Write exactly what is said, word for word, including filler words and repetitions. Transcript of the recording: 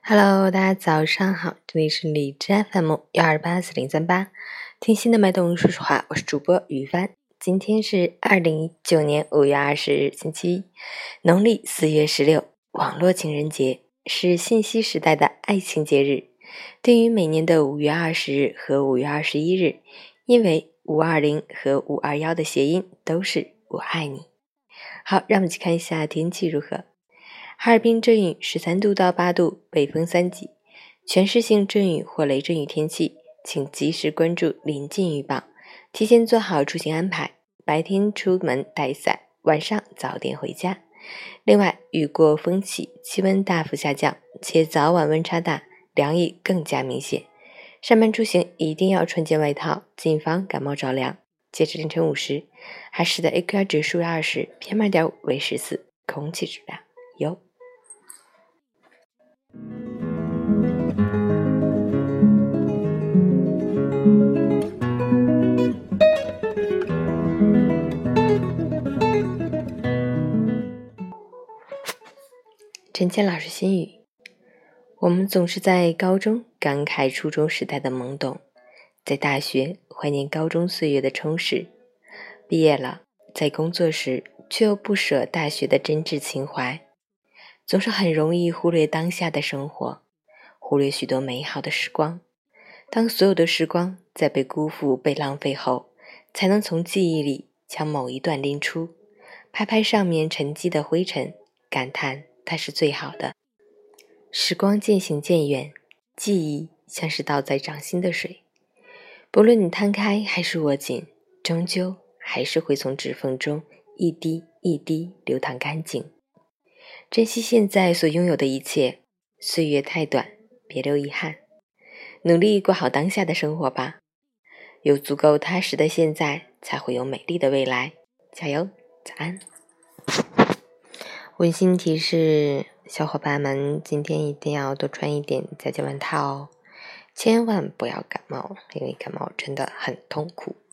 Hello， 大家早上好，这里是荔枝 F M 幺二八四零三八，听心的脉动说实话，我是主播于帆。今天是二零一九年五月二十日，星期一，农历四月十六，网络情人节是信息时代的爱情节日，定于每年的五月二十日和五月二十一日，因为五二零和五二一的谐音都是我爱你。好，让我们去看一下天气如何。哈尔滨阵雨十三度到八度，北风三级，全市性阵雨或雷阵雨天气，请及时关注临近预报，提前做好出行安排，白天出门带伞，晚上早点回家。另外，雨过风起，气温大幅下降，且早晚温差大，凉意更加明显。上班出行一定要穿件外套，谨防感冒着凉。截至凌晨五时，哈市的 A Q I 指数为二十 ，P M 二点五 为十四，空气质量优。陈谦老师心语：我们总是在高中感慨初中时代的懵懂，在大学怀念高中岁月的充实，毕业了，在工作时却又不舍大学的真挚情怀，总是很容易忽略当下的生活，忽略许多美好的时光。当所有的时光在被辜负、被浪费后，才能从记忆里将某一段拎出，拍拍上面沉积的灰尘，感叹它是最好的。时光渐行渐远，记忆像是倒在掌心的水，不论你摊开还是握紧，终究还是会从指缝中一滴一滴流淌干净。珍惜现在所拥有的一切，岁月太短，别留遗憾，努力过好当下的生活吧。有足够踏实的现在，才会有美丽的未来。加油，早安。温馨提示，小伙伴们今天一定要多穿一点加件外套哦，千万不要感冒，因为感冒真的很痛苦。